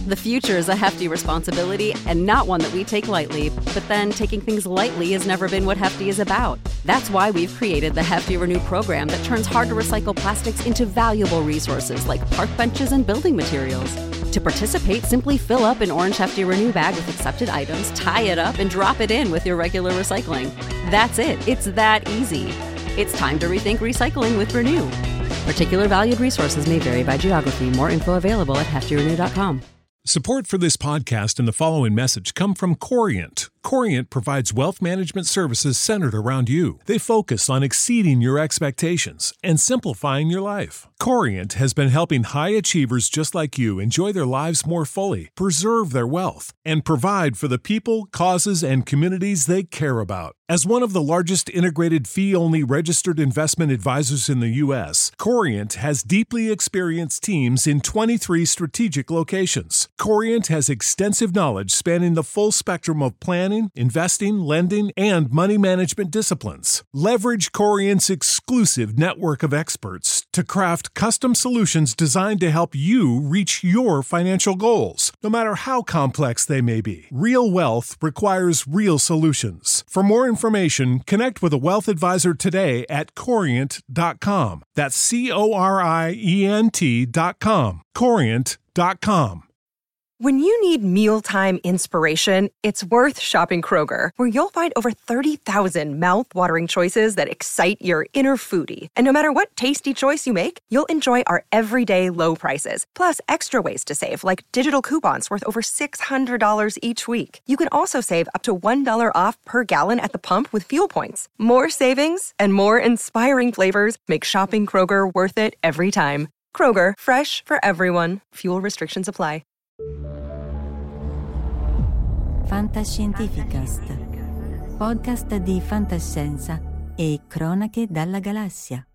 The future is a hefty responsibility and not one that we take lightly. But then taking things lightly has never been what Hefty is about. That's why we've created the Hefty Renew program that turns hard-to-recycle plastics into valuable resources like park benches and building materials. To participate, simply fill up an orange Hefty Renew bag with accepted items, tie it up, and drop it in with your regular recycling. That's it. It's that easy. It's time to rethink recycling with Renew. Particular valued resources may vary by geography. More info available at heftyrenew.com. Support for this podcast and the following message come from Corient. Corient provides wealth management services centered around you. They focus on exceeding your expectations and simplifying your life. Corient has been helping high achievers just like you enjoy their lives more fully, preserve their wealth, and provide for the people, causes, and communities they care about. As one of the largest integrated fee-only registered investment advisors in the U.S., Corient has deeply experienced teams in 23 strategic locations. Corient has extensive knowledge spanning the full spectrum of planning, investing, lending, and money management disciplines. Leverage Corient's exclusive network of experts to craft custom solutions designed to help you reach your financial goals, no matter how complex they may be. Real wealth requires real solutions. For more information, connect with a wealth advisor today at Corient.com. That's Corient.com. Corient.com. When you need mealtime inspiration, it's worth shopping Kroger, where you'll find over 30,000 mouth-watering choices that excite your inner foodie. And no matter what tasty choice you make, you'll enjoy our everyday low prices, plus extra ways to save, like digital coupons worth over $600 each week. You can also save up to $1 off per gallon at the pump with fuel points. More savings and more inspiring flavors make shopping Kroger worth it every time. Kroger, fresh for everyone. Fuel restrictions apply. Fantascientificast, podcast di fantascienza e cronache dalla galassia.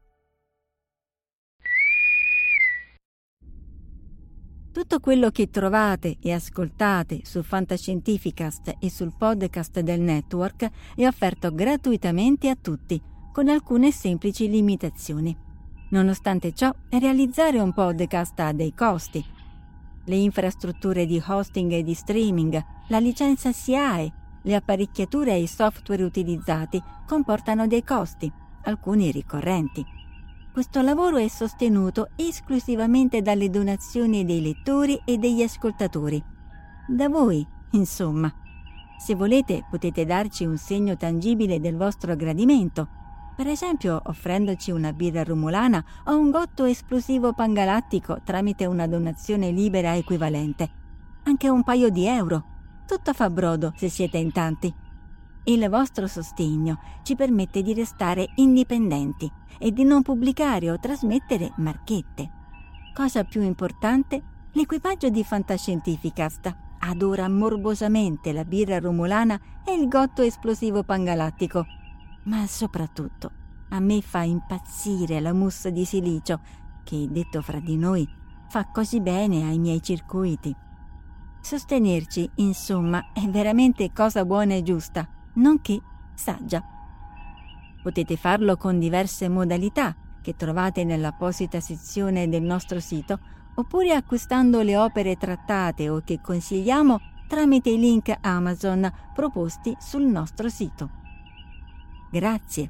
Tutto quello che trovate e ascoltate su Fantascientificast e sul podcast del network è offerto gratuitamente a tutti, con alcune semplici limitazioni. Nonostante ciò, realizzare un podcast ha dei costi. Le infrastrutture di hosting e di streaming, la licenza SIAE, le apparecchiature e i software utilizzati comportano dei costi, alcuni ricorrenti. Questo lavoro è sostenuto esclusivamente dalle donazioni dei lettori e degli ascoltatori. Da voi, insomma. Se volete, potete darci un segno tangibile del vostro gradimento, per esempio offrendoci una birra rumulana o un gotto esplosivo pangalattico tramite una donazione libera equivalente. Anche un paio di euro. Tutto fa brodo se siete in tanti. Il vostro sostegno ci permette di restare indipendenti e di non pubblicare o trasmettere marchette. Cosa più importante, l'equipaggio di Fantascientificast adora morbosamente la birra romulana e il gotto esplosivo pangalattico. Ma soprattutto, a me fa impazzire la mousse di silicio, che, detto fra di noi, fa così bene ai miei circuiti. Sostenerci, insomma, è veramente cosa buona e giusta, nonché saggia. Potete farlo con diverse modalità che trovate nell'apposita sezione del nostro sito, oppure acquistando le opere trattate o che consigliamo tramite i link Amazon proposti sul nostro sito. Grazie.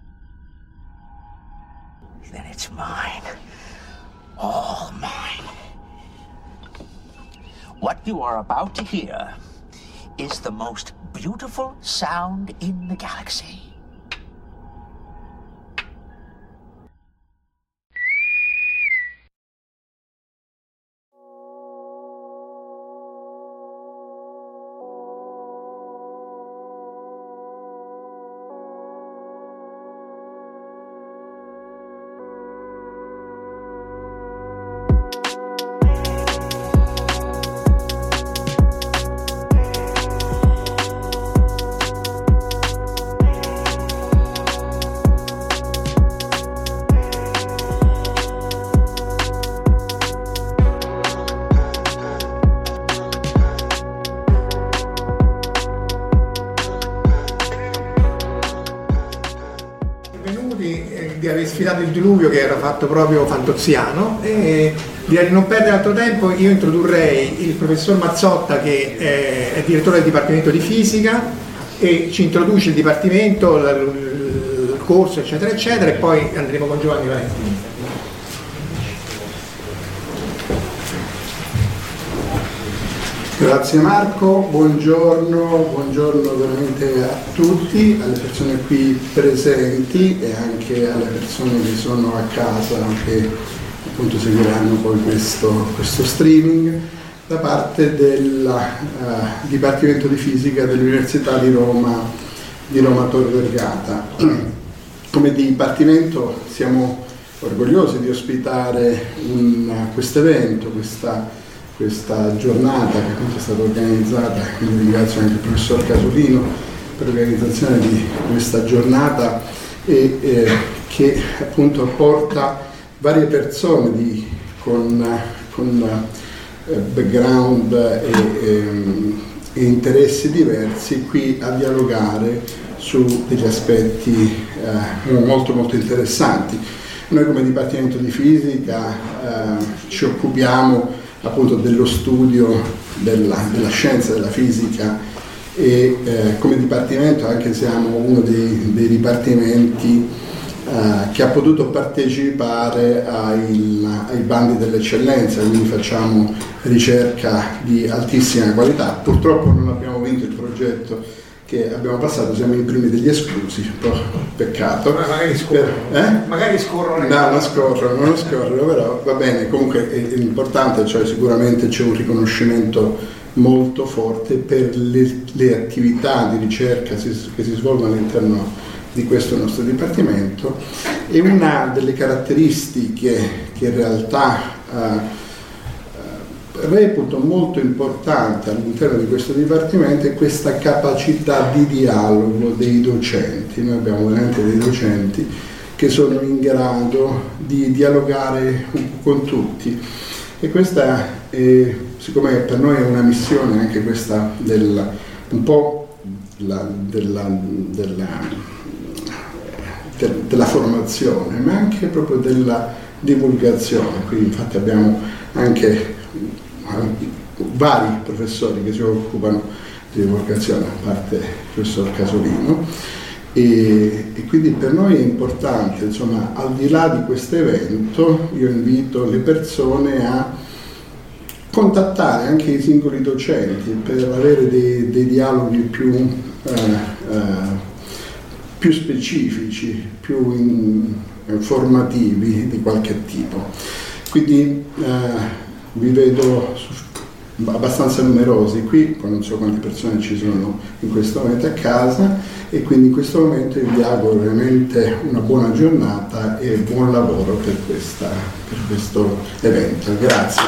Then it's mine. All mine. What you are about to hear is the most beautiful sound in the galaxy. sfidato il diluvio, che era fatto proprio fantoziano, e direi di non perdere altro tempo. Io introdurrei il professor Mazzotta, che è direttore del Dipartimento di Fisica, e ci introduce il Dipartimento, il corso, eccetera, eccetera, e poi andremo con Giovanni Valentini. Grazie Marco, buongiorno veramente a tutti, alle persone qui presenti e anche alle persone che sono a casa, che appunto seguiranno poi questo streaming da parte del Dipartimento di Fisica dell'Università di Roma Tor Vergata. Come Dipartimento siamo orgogliosi di ospitare questo evento, questa giornata che appunto è stata organizzata, quindi ringrazio anche il professor Casolino per l'organizzazione di questa giornata e che appunto porta varie persone con background e interessi diversi qui a dialogare su degli aspetti molto molto interessanti. Noi come Dipartimento di Fisica ci occupiamo appunto dello studio della scienza della fisica e come Dipartimento anche siamo uno dei dipartimenti che ha potuto partecipare ai bandi dell'eccellenza, quindi facciamo ricerca di altissima qualità. Purtroppo non abbiamo vinto il progetto che abbiamo passato, siamo i primi degli esclusi, un po' peccato. Magari scorrono. Magari scorrono. No, non scorrono, però va bene, comunque è importante, cioè sicuramente c'è un riconoscimento molto forte per le attività di ricerca che si svolgono all'interno di questo nostro Dipartimento, e una delle caratteristiche che in realtà reputo molto importante all'interno di questo Dipartimento è questa capacità di dialogo dei docenti. Noi abbiamo veramente dei docenti che sono in grado di dialogare con tutti, e questa è, siccome per noi è una missione anche questa della formazione, ma anche proprio della divulgazione. Quindi infatti abbiamo anche vari professori che si occupano di divulgazione, a parte il professor Casolino, e quindi per noi è importante, insomma, al di là di questo evento, io invito le persone a contattare anche i singoli docenti per avere dei dialoghi più specifici, più formativi di qualche tipo. Quindi vi vedo abbastanza numerosi qui, poi non so quante persone ci sono in questo momento a casa, e quindi in questo momento vi auguro veramente una buona giornata e buon lavoro per questo evento. Grazie.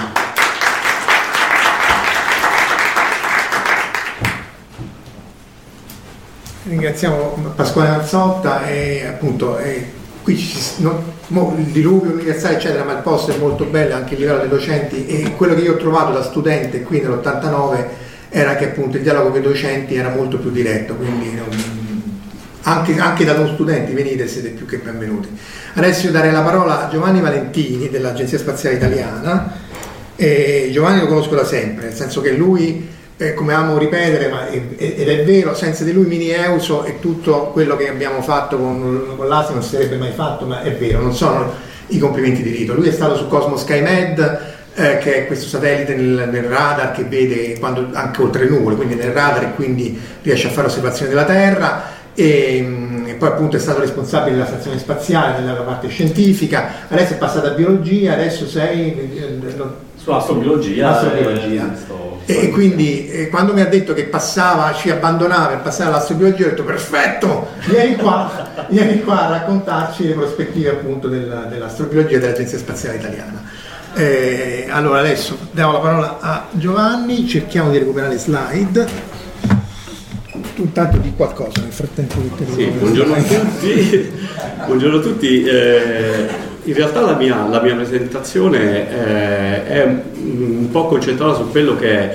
Ringraziamo Pasquale Mazzotta e appunto qui il diluvio universale eccetera, ma il posto è molto bello, anche il livello dei docenti, e quello che io ho trovato da studente qui nell'89 era che appunto il dialogo con i docenti era molto più diretto, quindi anche da non studenti venite, siete più che benvenuti. Adesso io darei la parola a Giovanni Valentini dell'Agenzia Spaziale Italiana. Giovanni lo conosco da sempre, nel senso che lui, come amo ripetere, ed è vero, senza di lui Mini-EUSO e tutto quello che abbiamo fatto con l'ASI non si sarebbe mai fatto, ma è vero, non sono i complimenti di rito. Lui è stato su Cosmo SkyMed, che è questo satellite nel radar che vede anche oltre le nuvole, quindi nel radar, e quindi riesce a fare osservazioni della Terra, e poi appunto è stato responsabile della stazione spaziale, della parte scientifica. Adesso è passato a biologia, adesso sei sull'astrobiologia. E quindi quando mi ha detto che ci abbandonava per passare all'astrobiologia, ho detto perfetto, vieni qua a raccontarci le prospettive appunto dell'astrobiologia dell'Agenzia Spaziale Italiana. Allora adesso diamo la parola a Giovanni, cerchiamo di recuperare le slide. Tu intanto di qualcosa nel frattempo che sì, buongiorno a tutti. Buongiorno a tutti. In realtà la mia presentazione è un po' concentrata su quello che è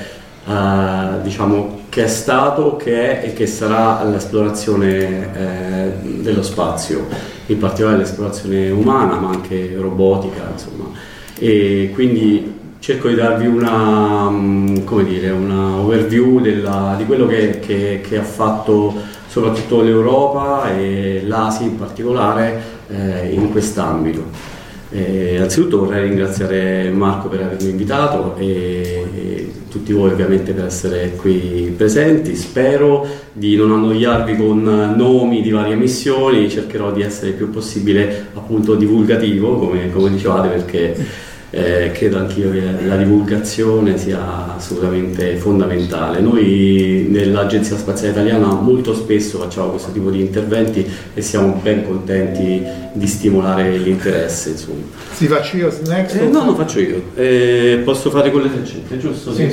diciamo, che è stato, che è e che sarà l'esplorazione dello spazio, in particolare l'esplorazione umana, ma anche robotica, insomma. E quindi cerco di darvi una overview di quello che ha fatto soprattutto l'Europa e l'Asia in particolare in quest'ambito. Anzitutto vorrei ringraziare Marco per avermi invitato e tutti voi ovviamente per essere qui presenti. Spero di non annoiarvi con nomi di varie missioni, cercherò di essere il più possibile appunto divulgativo, come dicevate, perché credo anch'io che la divulgazione sia assolutamente fondamentale. Noi nell'Agenzia Spaziale Italiana molto spesso facciamo questo tipo di interventi e siamo ben contenti di stimolare l'interesse, insomma. Si faccio io next? No, lo faccio io. Posso fare con le freccette, giusto? Sì.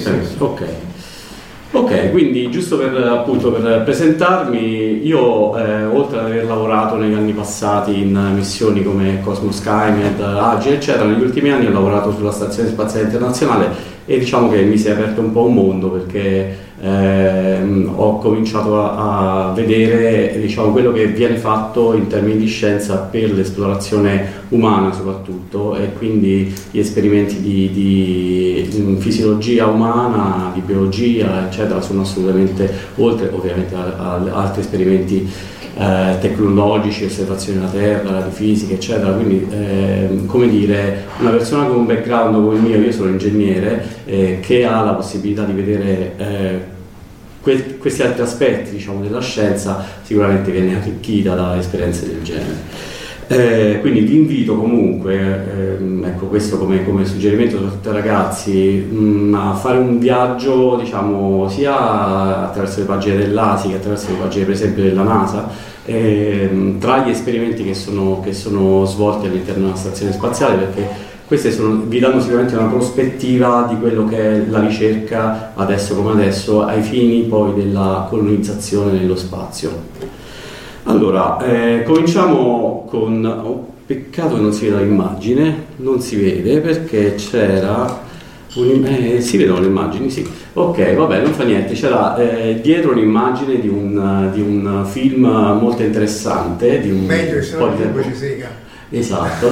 Ok, quindi giusto per presentarmi, io oltre ad aver lavorato negli anni passati in missioni come Cosmos Skymed, Agile eccetera, negli ultimi anni ho lavorato sulla Stazione Spaziale Internazionale e diciamo che mi si è aperto un po' un mondo, perché ho cominciato a vedere, diciamo, quello che viene fatto in termini di scienza per l'esplorazione umana soprattutto, e quindi gli esperimenti di fisiologia umana, di biologia eccetera sono assolutamente, oltre ovviamente ad altri esperimenti tecnologici, osservazioni della Terra, di fisica eccetera, quindi come dire, una persona con un background come il mio, io sono ingegnere, che ha la possibilità di vedere questi altri aspetti, diciamo, della scienza, sicuramente viene arricchita da esperienze del genere. Quindi vi invito comunque, ecco, questo come suggerimento soprattutto ai ragazzi, a fare un viaggio, diciamo, sia attraverso le pagine dell'ASI che attraverso le pagine per esempio della NASA, tra gli esperimenti che sono svolti all'interno della stazione spaziale, perché queste vi danno sicuramente una prospettiva di quello che è la ricerca adesso come adesso, ai fini poi della colonizzazione nello spazio. Allora, cominciamo con... Oh, peccato che non si veda l'immagine, non si vede perché c'era... si vedono le immagini, sì. Ok, vabbè, non fa niente. C'era dietro un'immagine di un film molto interessante. Meglio, se no il tempo ci sega. Esatto.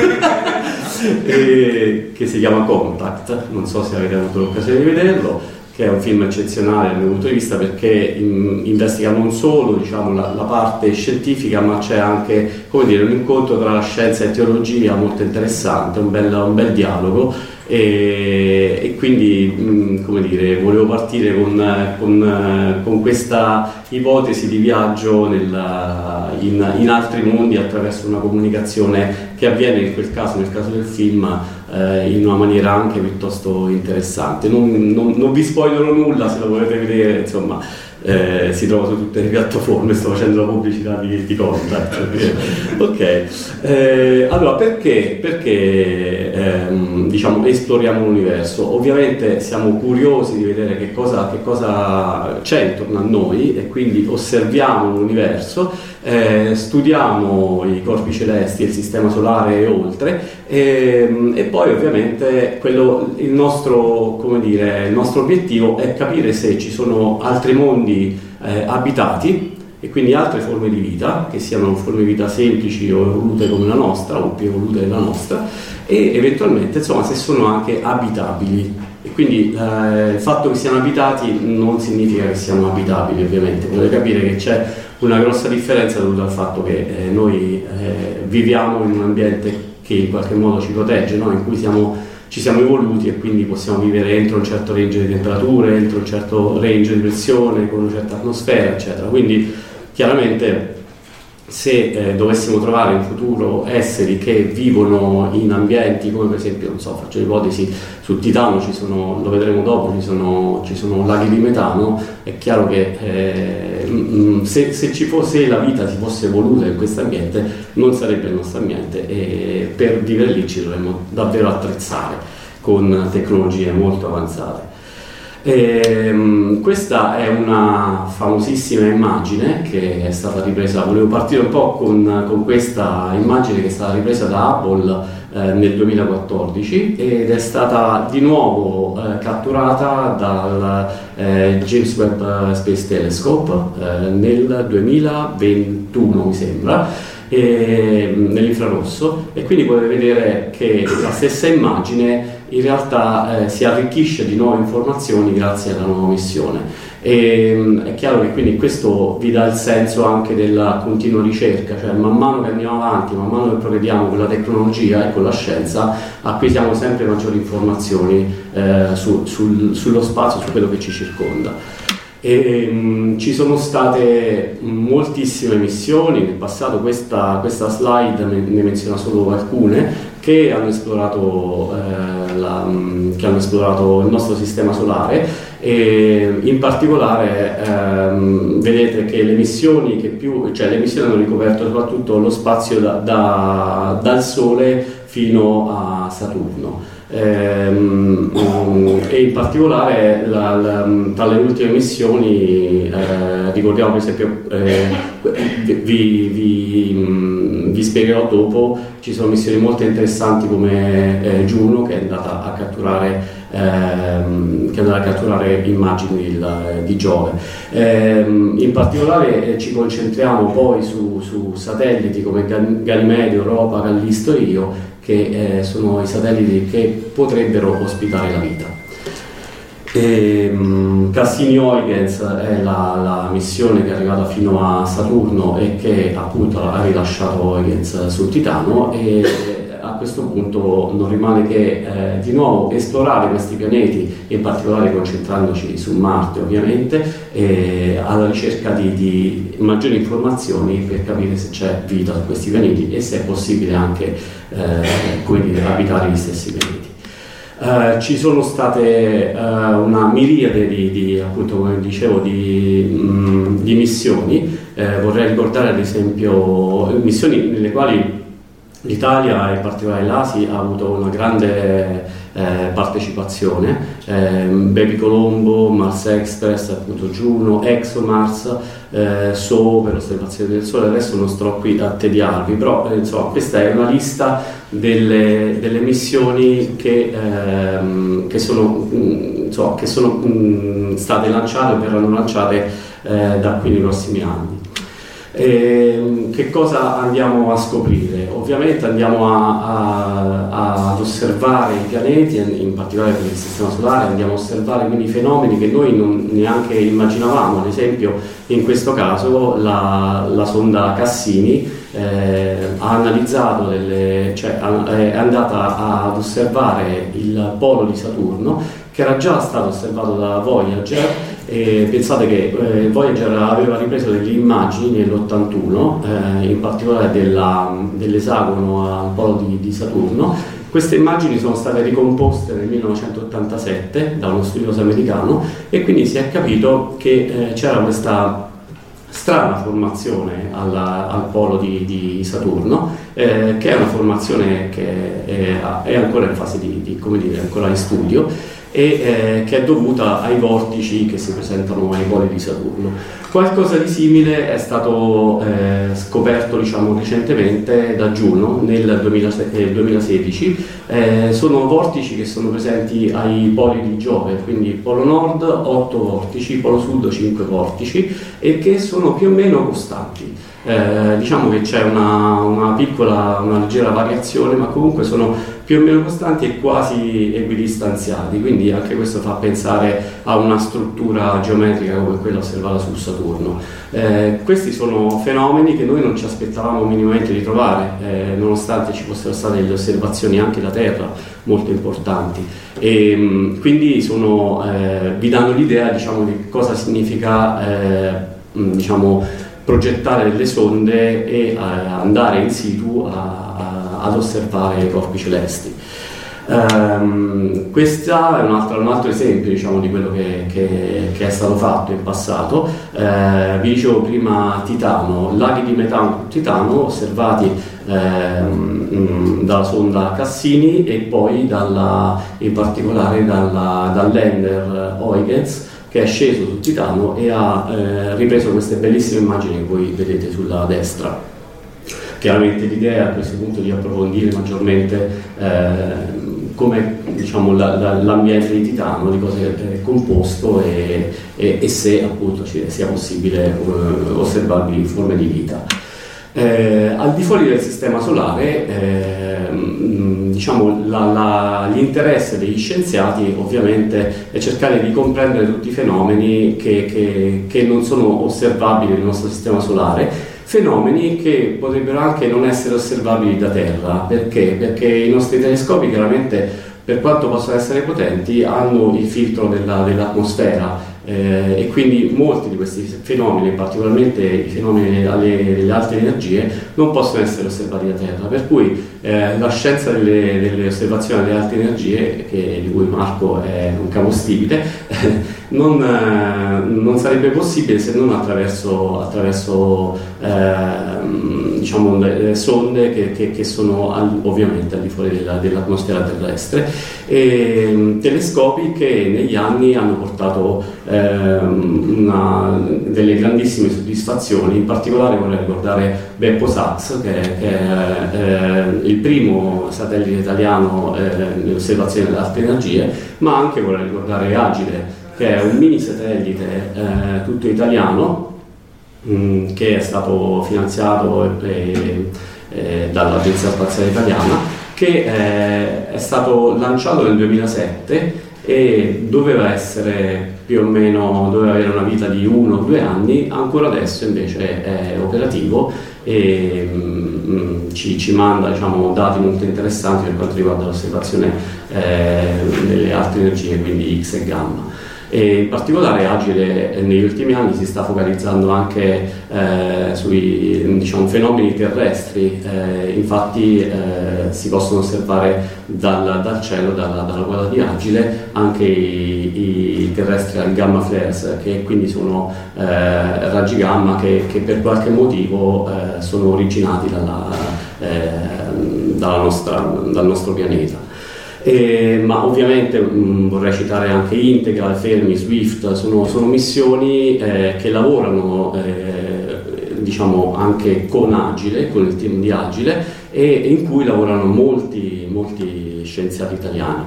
Che si chiama Contact, non so se avete avuto l'occasione di vederlo, che è un film eccezionale dal mio punto di vista, perché investiga non solo, diciamo, la parte scientifica, ma c'è anche, come dire, un incontro tra la scienza e teologia molto interessante, un bel dialogo, e quindi, come dire, volevo partire con questa ipotesi di viaggio in altri mondi attraverso una comunicazione che avviene nel caso del film in una maniera anche piuttosto interessante. Non vi spoilerò nulla, se lo volete vedere, insomma, si trova su tutte le piattaforme, sto facendo la pubblicità di Contact. Ok, allora perché diciamo esploriamo l'universo? Ovviamente siamo curiosi di vedere che cosa c'è intorno a noi, e quindi osserviamo l'universo, studiamo i corpi celesti, il sistema solare e oltre, e poi ovviamente il nostro obiettivo è capire se ci sono altri mondi abitati, e quindi altre forme di vita, che siano forme di vita semplici o evolute come la nostra o più evolute della nostra, e eventualmente, insomma, se sono anche abitabili. E quindi il fatto che siano abitati non significa che siano abitabili, ovviamente. Potete capire che c'è una grossa differenza dovuta al fatto che noi viviamo in un ambiente che in qualche modo ci protegge, no? In cui ci siamo evoluti, e quindi possiamo vivere entro un certo range di temperature, entro un certo range di pressione, con una certa atmosfera, eccetera. Quindi chiaramente se dovessimo trovare in futuro esseri che vivono in ambienti come, per esempio, non so, faccio l'ipotesi, sul Titano lo vedremo dopo, ci sono laghi di metano, è chiaro che se la vita si fosse evoluta in questo ambiente, non sarebbe il nostro ambiente, e per vivere lì ci dovremmo davvero attrezzare con tecnologie molto avanzate. Questa è una famosissima immagine che è stata ripresa. Volevo partire un po' con questa immagine che è stata ripresa da Hubble nel 2014 ed è stata di nuovo catturata dal James Webb Space Telescope nel 2021 mi sembra, nell'infrarosso, e quindi potete vedere che la stessa immagine in realtà si arricchisce di nuove informazioni grazie alla nuova missione. E è chiaro che quindi questo vi dà il senso anche della continua ricerca, cioè man mano che andiamo avanti, man mano che progrediamo con la tecnologia e con la scienza, acquisiamo sempre maggiori informazioni sullo spazio, su quello che ci circonda. Ci sono state moltissime missioni nel passato, questa slide ne menziona solo alcune, che hanno esplorato il nostro sistema solare, e in particolare vedete che le missioni hanno ricoperto soprattutto lo spazio dal Sole fino a Saturno. E in particolare tra le ultime missioni ricordiamo per esempio, vi spiegherò dopo, ci sono missioni molto interessanti come Juno, che è andata a catturare immagini di Giove. In particolare ci concentriamo poi su satelliti come Ganymede, Europa, Callisto e Io, che sono i satelliti che potrebbero ospitare la vita. Cassini-Huygens è la missione che è arrivata fino a Saturno e che appunto ha rilasciato Huygens sul Titano, e a questo punto non rimane che di nuovo esplorare questi pianeti, in particolare concentrandoci su Marte ovviamente, alla ricerca di maggiori informazioni per capire se c'è vita su questi pianeti e se è possibile anche abitare gli stessi pianeti. Ci sono state una miriade appunto, come dicevo, di missioni. Vorrei ricordare ad esempio missioni nelle quali l'Italia, in particolare l'ASI, ha avuto una grande partecipazione. Baby Colombo, Mars Express, appunto Juno, ExoMars, SO per l'osservazione del Sole. Adesso non sto qui a tediarvi, però insomma, questa è una lista delle missioni che sono state lanciate o verranno lanciate da qui nei prossimi anni. Che cosa andiamo a scoprire? Ovviamente andiamo ad osservare i pianeti, in particolare per il Sistema Solare, andiamo a osservare quindi fenomeni che noi non neanche immaginavamo. Ad esempio, in questo caso la sonda Cassini ha analizzato è andata ad osservare il polo di Saturno, che era già stato osservato da Voyager. E pensate che Voyager aveva ripreso delle immagini nell'81, in particolare dell'esagono al polo di Saturno. Queste immagini sono state ricomposte nel 1987 da uno studioso americano, e quindi si è capito che c'era questa strana formazione al polo di Saturno, che è una formazione che è ancora in fase ancora in studio, e che è dovuta ai vortici che si presentano ai poli di Saturno. Qualcosa di simile è stato scoperto recentemente da Juno nel 2016. Sono vortici che sono presenti ai poli di Giove, quindi polo nord 8 vortici, polo sud 5 vortici, e che sono più o meno costanti. Diciamo che c'è una leggera variazione, ma comunque sono più o meno costanti e quasi equidistanziati, quindi anche questo fa pensare a una struttura geometrica come quella osservata su Saturno. Questi sono fenomeni che noi non ci aspettavamo minimamente di trovare, nonostante ci fossero state delle osservazioni anche da Terra molto importanti, e quindi vi danno l'idea di cosa significa progettare delle sonde e andare in situ ad osservare i corpi celesti. Questo è un altro esempio di quello che è stato fatto in passato. Vi dicevo prima Titano, laghi di metano su Titano osservati dalla sonda Cassini e poi in particolare dal lander Huygens, che è sceso su Titano e ha ripreso queste bellissime immagini che voi vedete sulla destra. chiaramente l'idea a questo punto di approfondire maggiormente come diciamo l'ambiente di Titano, di cosa è composto e se appunto sia possibile osservabili forme di vita. Al di fuori del sistema solare, diciamo l'interesse degli scienziati ovviamente è cercare di comprendere tutti i fenomeni che non sono osservabili nel nostro sistema solare, fenomeni che potrebbero anche non essere osservabili da Terra. Perché? Perché i nostri telescopi chiaramente, per quanto possano essere potenti, hanno il filtro dell'atmosfera, e quindi molti di questi fenomeni, particolarmente i fenomeni delle alte energie, non possono essere osservati da Terra, per cui la scienza delle osservazioni delle alte energie, di cui Marco è un capostipite, non sarebbe possibile se non attraverso diciamo le sonde che sono ovviamente al di fuori dell'atmosfera terrestre, e telescopi che negli anni hanno portato delle grandissime soddisfazioni. In particolare vorrei ricordare Beppo-SAX, che è il primo satellite italiano nell'osservazione delle alte energie, ma anche vorrei ricordare Agile, che è un mini satellite tutto italiano, che è stato finanziato dall'Agenzia Spaziale Italiana, che è stato lanciato nel 2007 e doveva avere una vita di 1 o 2 anni. Ancora adesso invece è operativo e ci manda, diciamo, dati molto interessanti per quanto riguarda l'osservazione delle alte energie, quindi X e gamma. E in particolare Agile negli ultimi anni si sta focalizzando anche sui, diciamo, fenomeni terrestri. Infatti si possono osservare dal cielo, dalla guardia di Agile, anche i terrestrial gamma flares, che quindi sono raggi gamma che per qualche motivo sono originati dal nostro pianeta. Ma ovviamente vorrei citare anche Integral, Fermi, Swift, sono missioni che lavorano diciamo anche con Agile, con il team di Agile, e in cui lavorano molti scienziati italiani.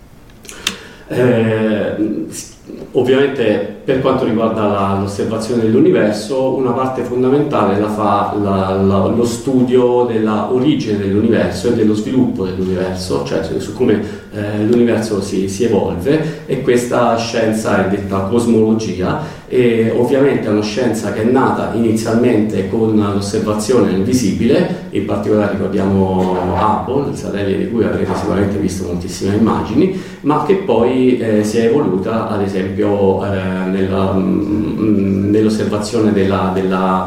Ovviamente per quanto riguarda l'osservazione dell'universo, una parte fondamentale la fa lo studio della origine dell'universo e dello sviluppo dell'universo, cioè su come l'universo si evolve, e questa scienza è detta cosmologia, e ovviamente è una scienza che è nata inizialmente con l'osservazione del visibile. In particolare ricordiamo Hubble, il satellite di cui avrete sicuramente visto moltissime immagini, ma che poi si è evoluta ad esempio nell'osservazione della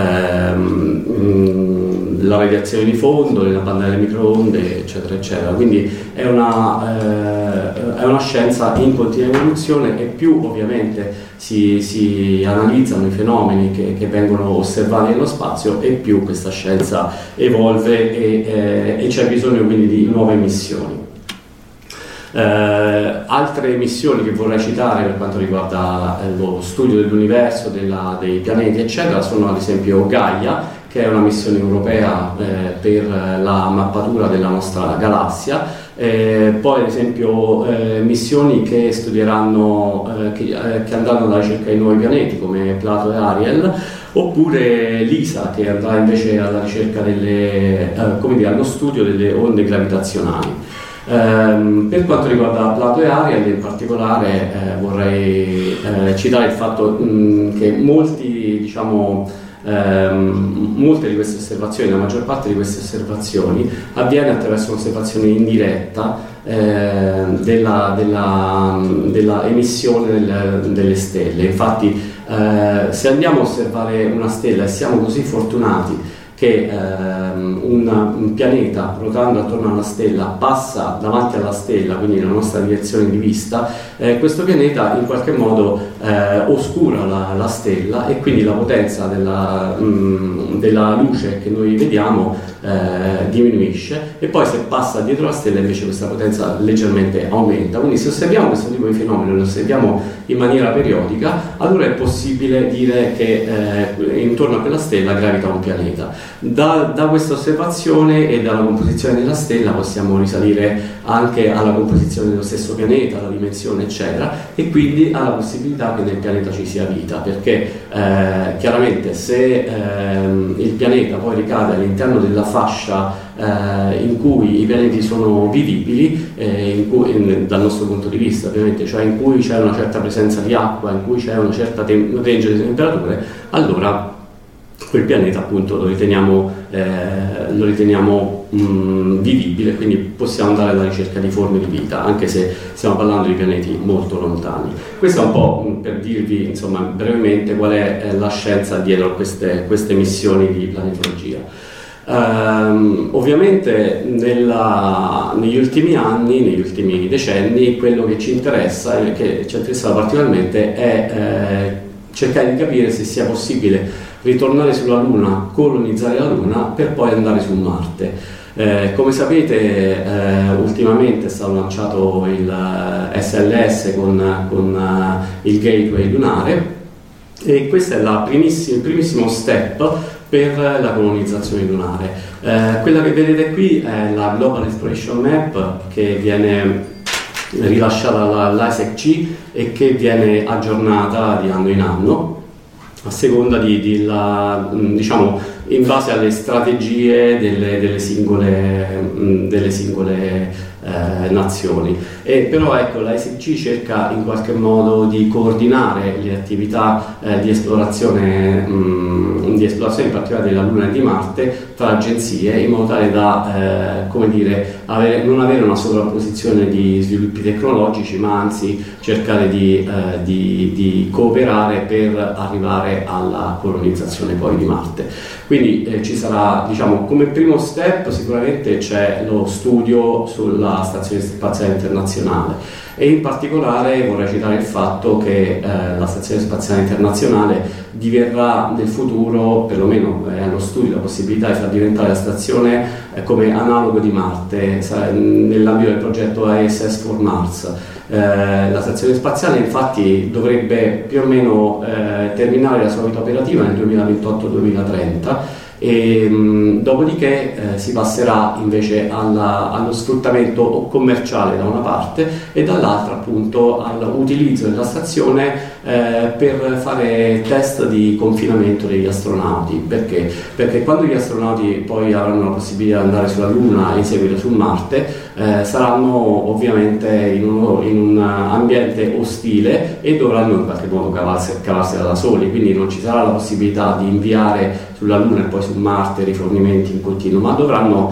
radiazione di fondo, della banda delle microonde, eccetera eccetera. Quindi è una scienza in continua evoluzione, e più ovviamente si analizzano i fenomeni che vengono osservati nello spazio, e più questa scienza evolve, e c'è bisogno quindi di nuove missioni. Altre missioni che vorrei citare per quanto riguarda lo studio dell'universo, dei pianeti eccetera, sono ad esempio Gaia, che è una missione europea per la mappatura della nostra galassia, poi ad esempio missioni che studieranno, che andranno alla ricerca di nuovi pianeti come Plato e Ariel, oppure l'ISA, che andrà invece alla ricerca allo studio delle onde gravitazionali. Per quanto riguarda Plato e Ariel in particolare, vorrei citare il fatto che molte di queste osservazioni, la maggior parte di queste osservazioni avviene attraverso un'osservazione indiretta della emissione delle stelle. Infatti se andiamo a osservare una stella e siamo così fortunati che un pianeta rotando attorno alla stella passa davanti alla stella, quindi nella nostra direzione di vista, questo pianeta in qualche modo oscura la stella, e quindi la potenza della luce che noi vediamo diminuisce, e poi se passa dietro la stella invece questa potenza leggermente aumenta. Quindi se osserviamo questo tipo di fenomeno, lo osserviamo in maniera periodica, allora è possibile dire che intorno a quella stella gravita un pianeta. Da questa osservazione e dalla composizione della stella possiamo risalire anche alla composizione dello stesso pianeta, alla dimensione eccetera, e quindi alla possibilità che nel pianeta ci sia vita, perché chiaramente se il pianeta poi ricade all'interno della fascia in cui i pianeti sono vivibili, dal nostro punto di vista ovviamente, cioè in cui c'è una certa presenza di acqua, in cui c'è una certa range di temperature, allora quel pianeta appunto lo riteniamo vivibile, quindi possiamo andare alla ricerca di forme di vita, anche se stiamo parlando di pianeti molto lontani. Questo è un po' per dirvi insomma brevemente qual è la scienza dietro a queste missioni di planetologia. Ovviamente negli ultimi anni, negli ultimi decenni, quello che ci interessa e che ci interessa particolarmente è cercare di capire se sia possibile ritornare sulla Luna, colonizzare la Luna per poi andare su Marte. Come sapete ultimamente è stato lanciato il SLS con il gateway lunare, e questo è il primissimo step per la colonizzazione lunare. Quella che vedete qui è la Global Exploration Map, che viene rilasciata dall'ISEC-C e che viene aggiornata di anno in anno a seconda diciamo in base alle strategie delle singole nazioni. Però ecco, la ISEC-C cerca in qualche modo di coordinare le attività di esplorazione in particolare della Luna e di Marte tra agenzie, in modo tale da non avere una sovrapposizione di sviluppi tecnologici, ma anzi cercare di cooperare per arrivare alla colonizzazione poi di Marte. Quindi ci sarà, diciamo, come primo step sicuramente c'è lo studio sulla Stazione Spaziale Internazionale, e in particolare vorrei citare il fatto che la Stazione Spaziale Internazionale diverrà nel futuro, perlomeno è allo studio la possibilità di far diventare la stazione come analogo di Marte, nell'ambito del progetto ISS for Mars. La stazione spaziale infatti dovrebbe più o meno terminare la sua vita operativa nel 2028-2030, e dopodiché si passerà invece allo sfruttamento commerciale da una parte, e dall'altra appunto all'utilizzo della stazione per fare test di confinamento degli astronauti. Perché quando gli astronauti poi avranno la possibilità di andare sulla Luna e in seguito su Marte, saranno ovviamente in un ambiente ostile e dovranno in qualche modo cavarsela da soli, quindi non ci sarà la possibilità di inviare sulla Luna e poi su Marte rifornimenti in continuo, ma dovranno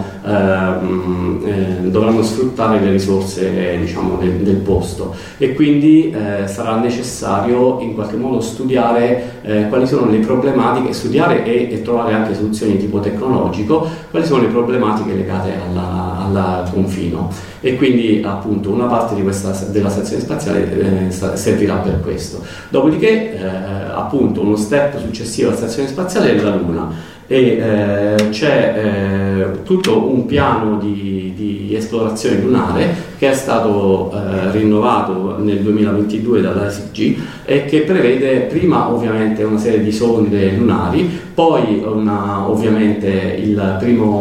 sfruttare le risorse diciamo del posto, e quindi sarà necessario in qualche modo studiare quali sono le problematiche, studiare e trovare anche soluzioni di tipo tecnologico, quali sono le problematiche legate al confino, e quindi appunto una parte della stazione spaziale servirà per questo. Dopodiché appunto uno step successivo alla stazione spaziale è la Luna, e c'è tutto un piano di esplorazione lunare che è stato rinnovato nel 2022 dall'ISEC-G, e che prevede prima ovviamente una serie di sonde lunari, poi ovviamente il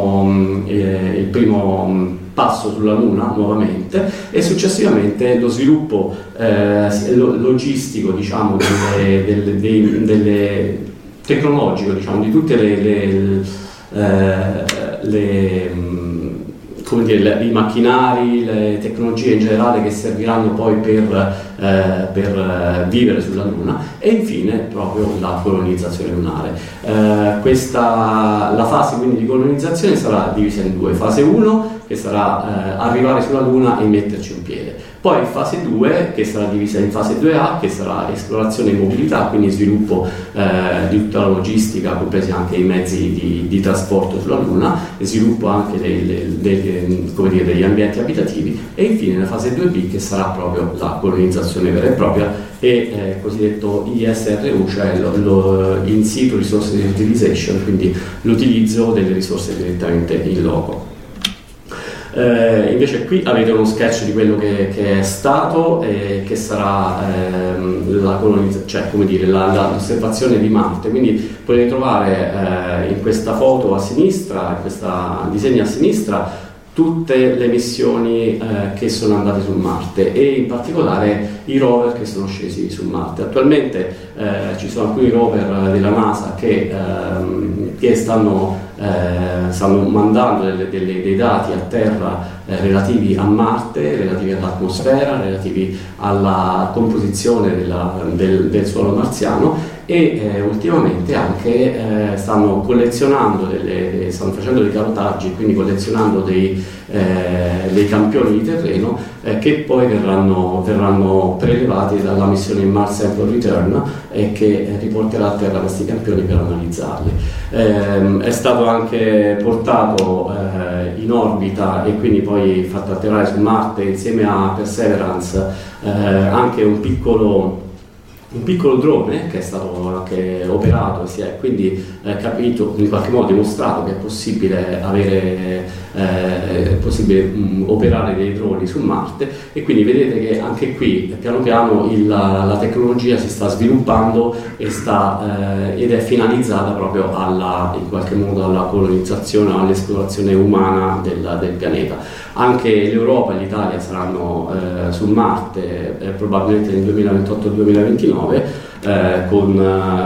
primo passo sulla Luna nuovamente, e successivamente lo sviluppo logistico, diciamo, delle tecnologico, diciamo, di tutte i macchinari, le tecnologie in generale che serviranno poi per vivere sulla Luna, e infine proprio la colonizzazione lunare. La fase quindi di colonizzazione sarà divisa in due: fase 1, che sarà arrivare sulla Luna e metterci un piede, Poi fase 2, che sarà divisa in fase 2A, che sarà esplorazione e mobilità, quindi sviluppo di tutta la logistica, compresi anche i mezzi di trasporto sulla Luna, e sviluppo anche degli ambienti abitativi, e infine la fase 2B, che sarà proprio la colonizzazione vera e propria e cosiddetto ISRU, cioè in situ resource utilization, quindi l'utilizzo delle risorse direttamente in loco. Invece qui avete uno sketch di quello che è stato e che sarà l'osservazione di Marte. Quindi potete trovare in questa foto a sinistra, in questa disegno a sinistra, tutte le missioni che sono andate su Marte e in particolare i rover che sono scesi su Marte. Attualmente ci sono alcuni rover della NASA che stanno mandando dei dati a terra relativi a Marte, relativi all'atmosfera, relativi alla composizione del suolo marziano, e ultimamente anche stanno facendo dei carotaggi, quindi collezionando dei campioni di terreno che poi verranno prelevati dalla missione Mars Sample Return e che riporterà a terra questi campioni per analizzarli. È stato anche portato in orbita e quindi poi fatto atterrare su Marte insieme a Perseverance anche un piccolo drone che è stato anche operato e si è quindi capito, in qualche modo dimostrato che è possibile operare dei droni su Marte, e quindi vedete che anche qui piano piano la tecnologia si sta sviluppando ed è finalizzata proprio in qualche modo alla colonizzazione, all'esplorazione umana del pianeta. Anche l'Europa e l'Italia saranno su Marte probabilmente nel 2028-2029 con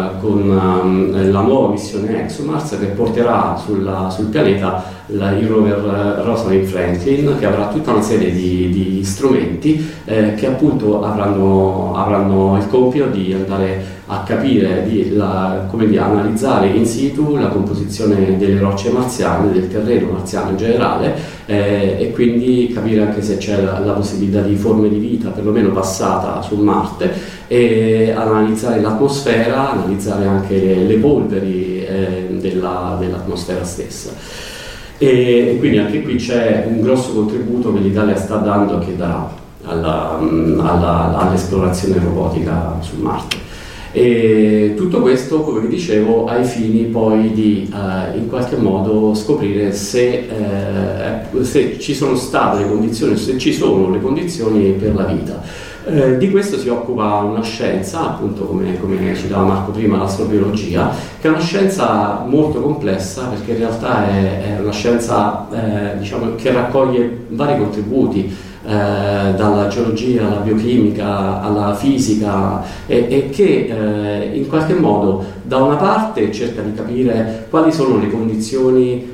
la nuova missione ExoMars, che porterà sul pianeta il rover Rosalind Franklin, che avrà tutta una serie di strumenti che appunto avranno il compito di andare a capire, come analizzare in situ la composizione delle rocce marziane, del terreno marziano in generale, e quindi capire anche se c'è la possibilità di forme di vita, perlomeno passata su Marte, e analizzare l'atmosfera, analizzare anche le polveri dell'atmosfera stessa. E quindi anche qui c'è un grosso contributo che l'Italia sta dando e che darà all'esplorazione robotica su Marte. E tutto questo, come vi dicevo, ai fini poi di in qualche modo scoprire se ci sono state le condizioni, se ci sono le condizioni per la vita. Di questo si occupa una scienza, appunto come citava Marco prima, l'astrobiologia, che è una scienza molto complessa, perché in realtà è una scienza che raccoglie vari contributi, dalla geologia alla biochimica alla fisica, e che in qualche modo da una parte cerca di capire quali sono le condizioni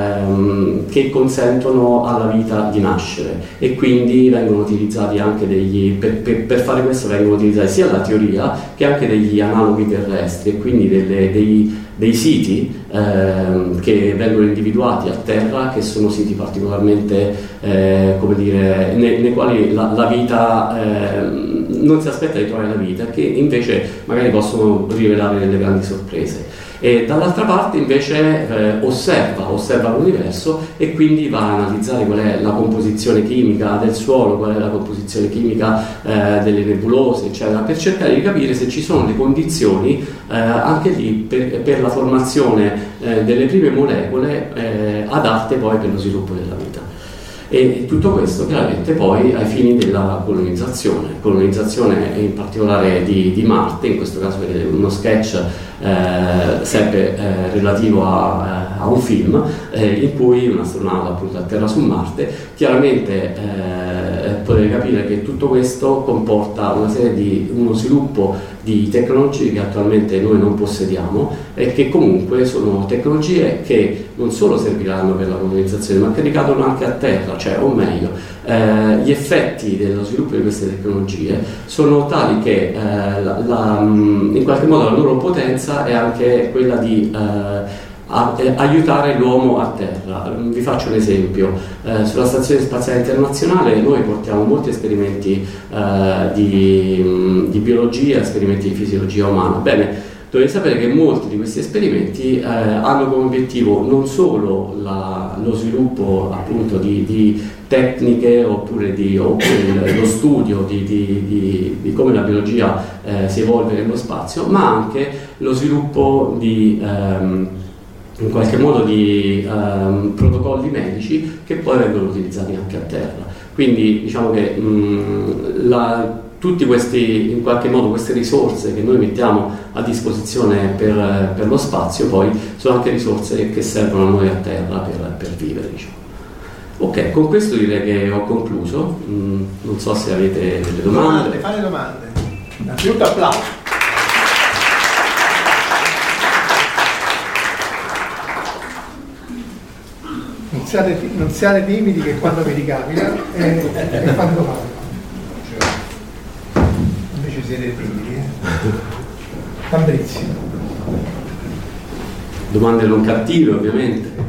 che consentono alla vita di nascere, e quindi vengono utilizzati anche per fare questo vengono utilizzati sia la teoria che anche degli analoghi terrestri, e quindi dei siti che vengono individuati a terra, che sono siti particolarmente nei quali la vita non si aspetta di trovare la vita, che invece magari possono rivelare delle grandi sorprese. E dall'altra parte invece osserva l'universo, e quindi va a analizzare qual è la composizione chimica del suolo, qual è la composizione chimica delle nebulose, eccetera, per cercare di capire se ci sono le condizioni anche lì per la formazione delle prime molecole adatte poi per lo sviluppo della vita. E tutto questo chiaramente poi ai fini della colonizzazione in particolare di Marte. In questo caso vedete uno sketch sempre relativo a un film in cui un astronauta appunto atterra su Marte. Chiaramente potete capire che tutto questo comporta uno sviluppo di tecnologie che attualmente noi non possediamo, e che comunque sono tecnologie che non solo serviranno per la colonizzazione, ma che ricadono anche a terra, o meglio, gli effetti dello sviluppo di queste tecnologie sono tali che in qualche modo la loro potenza è anche quella di aiutare l'uomo a terra. Vi faccio un esempio: sulla Stazione Spaziale Internazionale noi portiamo molti esperimenti di biologia, esperimenti di fisiologia umana. Bene, dovete sapere che molti di questi esperimenti hanno come obiettivo non solo lo sviluppo appunto di tecniche oppure lo studio di come la biologia si evolve nello spazio, ma anche lo sviluppo in qualche modo di protocolli medici che poi vengono utilizzati anche a terra. Quindi diciamo che tutti questi, in qualche modo, queste risorse che noi mettiamo a disposizione per lo spazio poi sono anche risorse che servono a noi a terra per vivere, diciamo. Ok, con questo direi che ho concluso. Non so se avete delle domande. Fate domande. Innanzitutto applauso. Non siate timidi, che quando vi ricapita e fate domande. Invece siete timidi. Fabrizio. Domande non cattive, ovviamente.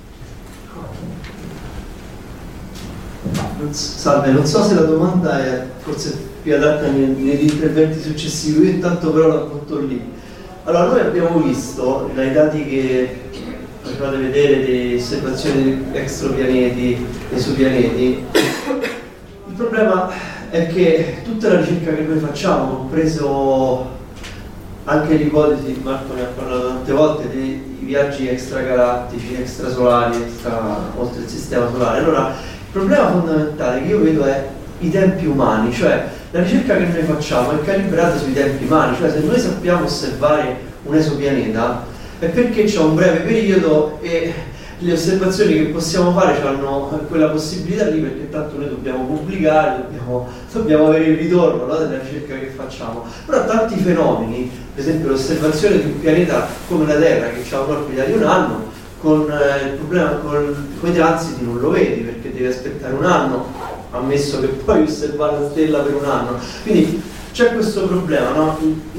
Salve, non so se la domanda è forse più adatta negli interventi successivi, io intanto però la butto lì. Allora, noi abbiamo visto dai dati che facevate vedere di osservazioni di extrapianeti, esopianeti, il problema è che tutta la ricerca che noi facciamo, compreso anche l'ipotesi, Marco ne ha parlato tante volte, dei viaggi extragalattici, extrasolari, oltre il sistema solare, allora il problema fondamentale che io vedo è i tempi umani, cioè la ricerca che noi facciamo è calibrata sui tempi umani, cioè se noi sappiamo osservare un esopianeta è perché c'è un breve periodo e le osservazioni che possiamo fare hanno quella possibilità lì, perché tanto noi dobbiamo pubblicare, dobbiamo avere il ritorno, no, della ricerca che facciamo. Però tanti fenomeni, per esempio l'osservazione di un pianeta come la Terra che ha un'orbita di un anno, con il problema con i transiti non lo vedi perché devi aspettare un anno, ammesso che puoi osservare la stella per un anno. Quindi c'è questo problema, no?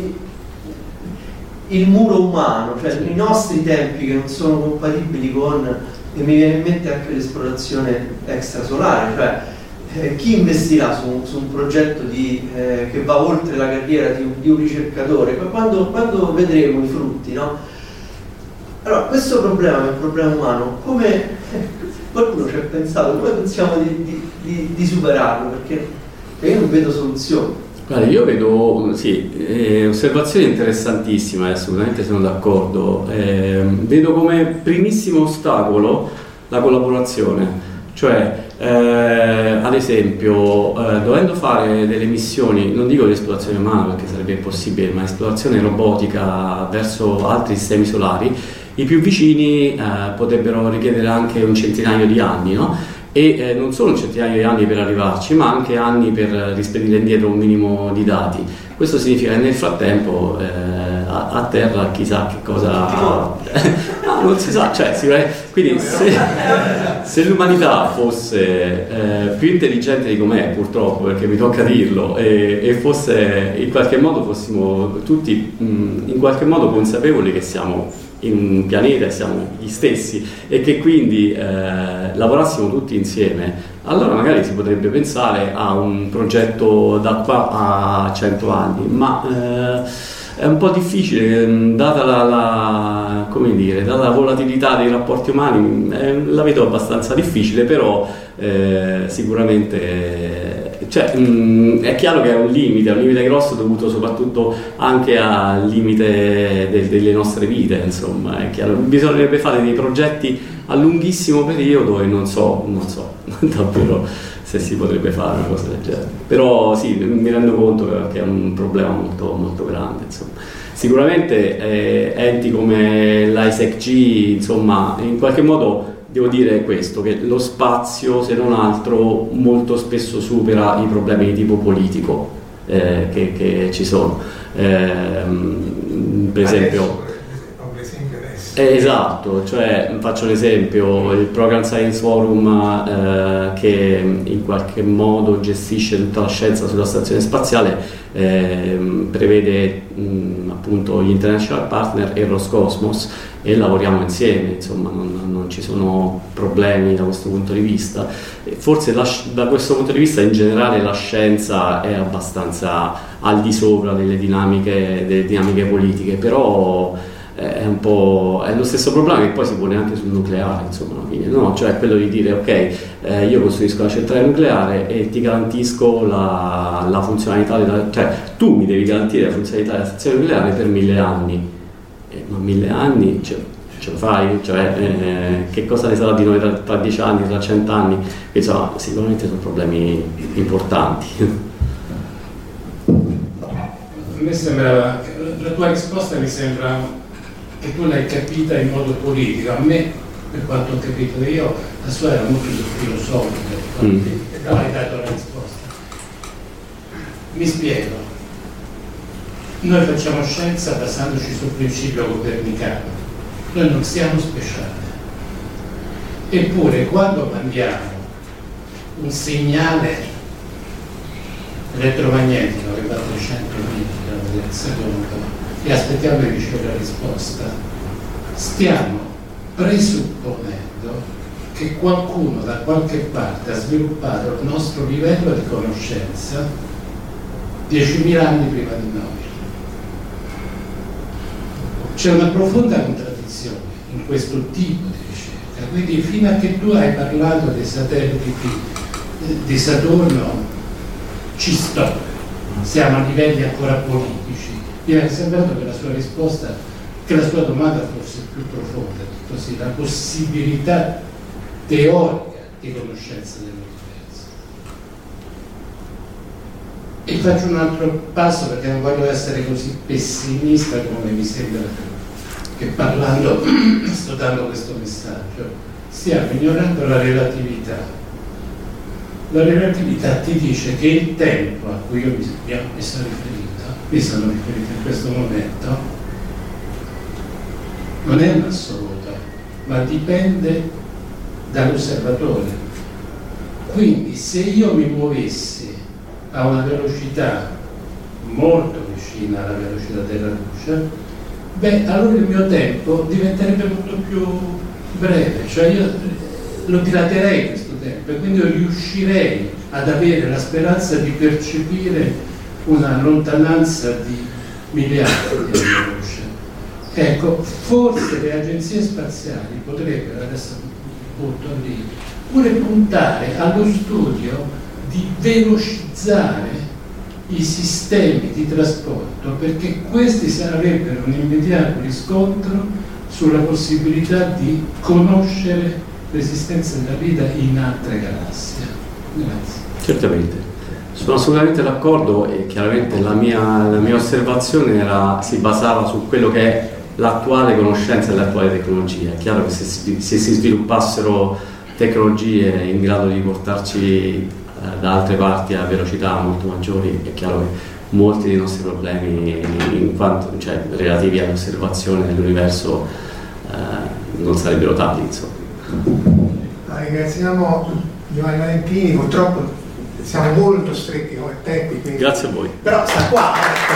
Il muro umano, cioè i nostri tempi che non sono compatibili con, e mi viene in mente anche l'esplorazione extrasolare, cioè chi investirà su un progetto che va oltre la carriera di un ricercatore, quando vedremo i frutti, no? Allora, questo problema è un problema umano, come qualcuno ci ha pensato, come pensiamo di superarlo? Perché io non vedo soluzioni. Guarda, io vedo, osservazioni interessantissime, assolutamente sono d'accordo. Vedo come primissimo ostacolo la collaborazione, cioè ad esempio dovendo fare delle missioni, non dico di esplorazione umana perché sarebbe impossibile, ma esplorazione robotica verso altri sistemi solari, i più vicini potrebbero richiedere anche un centinaio di anni, no? E non solo un centinaio di anni per arrivarci, ma anche anni per rispedire indietro un minimo di dati. Questo significa che nel frattempo a terra chissà che cosa non si sa, cioè quindi se l'umanità fosse più intelligente di com'è, purtroppo, perché mi tocca dirlo, e fosse in qualche modo, fossimo tutti in qualche modo consapevoli che siamo in un pianeta e siamo gli stessi e che quindi lavorassimo tutti insieme, allora magari si potrebbe pensare a un progetto da qua a 100 anni, ma è un po' difficile, data la volatilità dei rapporti umani, la vedo abbastanza difficile, però sicuramente è chiaro che è un limite grosso dovuto soprattutto anche al limite delle nostre vite, insomma, è chiaro. Bisognerebbe fare dei progetti a lunghissimo periodo e non so davvero se si potrebbe fare una cosa del genere, però sì, mi rendo conto che è un problema molto, molto grande, insomma. Sicuramente enti come l'ISEC-G, insomma, in qualche modo devo dire questo, che lo spazio, se non altro, molto spesso supera i problemi di tipo politico che ci sono. Per esempio adesso Esatto, cioè faccio un esempio, il Program Science Forum che in qualche modo gestisce tutta la scienza sulla stazione spaziale prevede appunto gli international partner e Roscosmos e lavoriamo insieme, insomma non ci sono problemi da questo punto di vista. Forse da questo punto di vista in generale la scienza è abbastanza al di sopra delle dinamiche politiche, però è lo stesso problema che poi si pone anche sul nucleare, insomma, alla fine, no? Cioè quello di dire ok, io costruisco la centrale nucleare e ti garantisco la funzionalità cioè tu mi devi garantire la funzionalità della stazione nucleare per 1000 anni, ma 1000 anni ce lo fai? Cioè che cosa ne sarà di noi tra 10 anni, tra 100 anni? Insomma, sicuramente sono problemi importanti. A me sembrava, la tua risposta mi sembra che tu l'hai capita in modo politico. A me, per quanto ho capito io, la sua era molto filosofica, però hai dato la risposta. Mi spiego. Noi facciamo scienza basandoci sul principio copernicano. Noi non siamo speciali. Eppure quando mandiamo un segnale elettromagnetico che va a 300 km al secondo e aspettiamo di ricevere la risposta, stiamo presupponendo che qualcuno da qualche parte ha sviluppato il nostro livello di conoscenza 10.000 anni prima di noi. C'è una profonda contraddizione in questo tipo di ricerca, quindi fino a che tu hai parlato dei satelliti di Saturno ci sto, siamo a livelli ancora politici. Mi è sembrato che la sua risposta, che la sua domanda fosse più profonda, così la possibilità teorica di conoscenza dell'universo. E faccio un altro passo perché non voglio essere così pessimista come mi sembra che parlando sto dando questo messaggio. Stiamo ignorando la relatività. La relatività ti dice che il tempo a cui io mi sono riferito in questo momento non è un assoluto, ma dipende dall'osservatore. Quindi se io mi muovessi a una velocità molto vicina alla velocità della luce, allora il mio tempo diventerebbe molto più breve, cioè io lo dilaterei questo tempo e quindi io riuscirei ad avere la speranza di percepire una lontananza di miliardi di anni luce. Ecco, forse le agenzie spaziali potrebbero, adesso butto lì, pure puntare allo studio di velocizzare i sistemi di trasporto, perché questi sarebbero un immediato riscontro sulla possibilità di conoscere l'esistenza della vita in altre galassie. Grazie. Certamente. Sono assolutamente d'accordo e chiaramente la mia osservazione si basava su quello che è l'attuale conoscenza e l'attuale tecnologia. È chiaro che se si sviluppassero tecnologie in grado di portarci da altre parti a velocità molto maggiori, è chiaro che molti dei nostri problemi relativi all'osservazione dell'universo non sarebbero tali, insomma. Ringraziamo Giovanni Valentini, purtroppo siamo molto stretti come tempi, quindi... Grazie a voi. Però sta qua.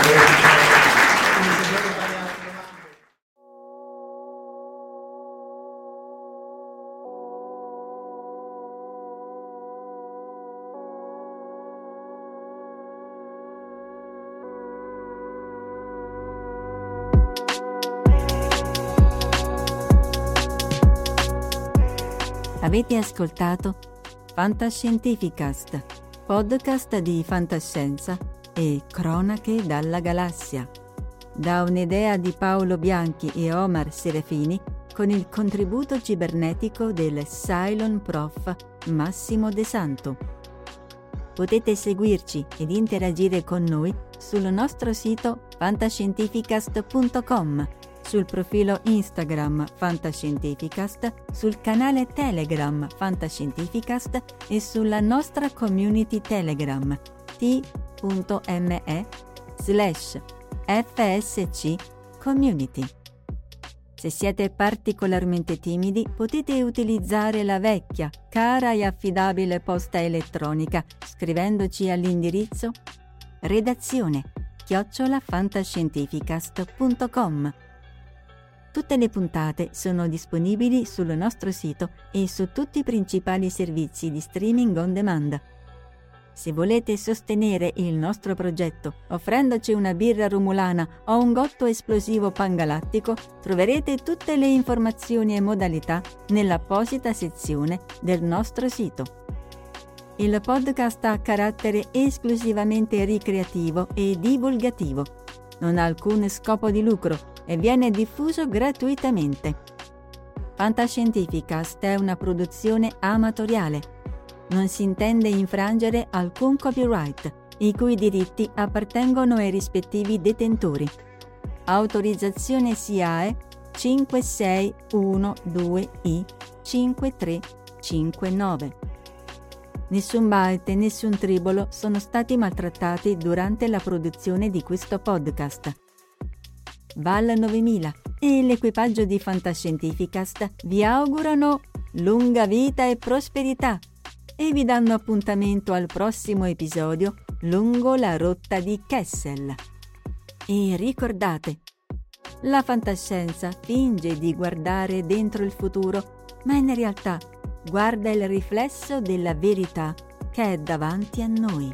Avete ascoltato Fantascientificast, podcast di fantascienza e cronache dalla galassia, da un'idea di Paolo Bianchi e Omar Serafini con il contributo cibernetico del Cylon Prof Massimo De Santo. Potete seguirci ed interagire con noi sul nostro sito fantascientificast.com, sul profilo Instagram Fantascientificast, sul canale Telegram Fantascientificast e sulla nostra community Telegram t.me/FSC Community. Se siete particolarmente timidi, potete utilizzare la vecchia, cara e affidabile posta elettronica scrivendoci all'indirizzo redazione@fantascientificast.com. Tutte le puntate sono disponibili sul nostro sito e su tutti i principali servizi di streaming on demand. Se volete sostenere il nostro progetto offrendoci una birra romulana o un gotto esplosivo pangalattico, troverete tutte le informazioni e modalità nell'apposita sezione del nostro sito. Il podcast ha carattere esclusivamente ricreativo e divulgativo. Non ha alcun scopo di lucro e viene diffuso gratuitamente. Fantascientificast è una produzione amatoriale. Non si intende infrangere alcun copyright, i cui diritti appartengono ai rispettivi detentori. Autorizzazione SIAE 5612I5359. Nessun byte e nessun tribolo sono stati maltrattati durante la produzione di questo podcast. Val 9000 e l'equipaggio di Fantascientificast vi augurano lunga vita e prosperità e vi danno appuntamento al prossimo episodio lungo la rotta di Kessel. E ricordate, la fantascienza finge di guardare dentro il futuro, ma in realtà guarda il riflesso della verità che è davanti a noi.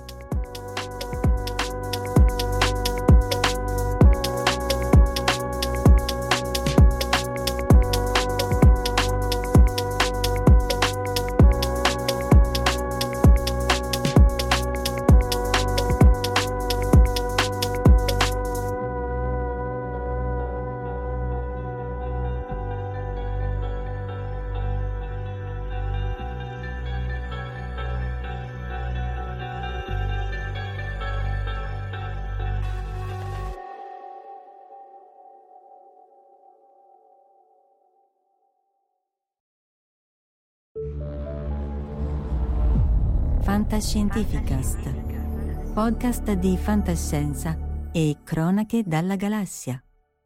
Fantascientificast, podcast di fantascienza e cronache dalla galassia.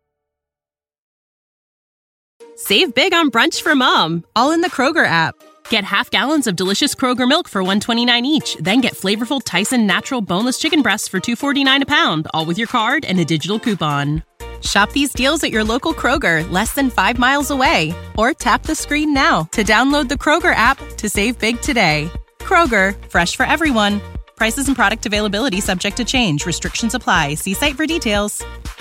Save big on brunch for mom, all in the Kroger app. Get half gallons of delicious Kroger milk for $1.29 each, then get flavorful Tyson natural boneless chicken breasts for $2.49 a pound, all with your card and a digital coupon. Shop these deals at your local Kroger, less than 5 miles away. Or tap the screen now to download the Kroger app to save big today. Kroger, fresh for everyone. Prices and product availability subject to change. Restrictions apply. See site for details.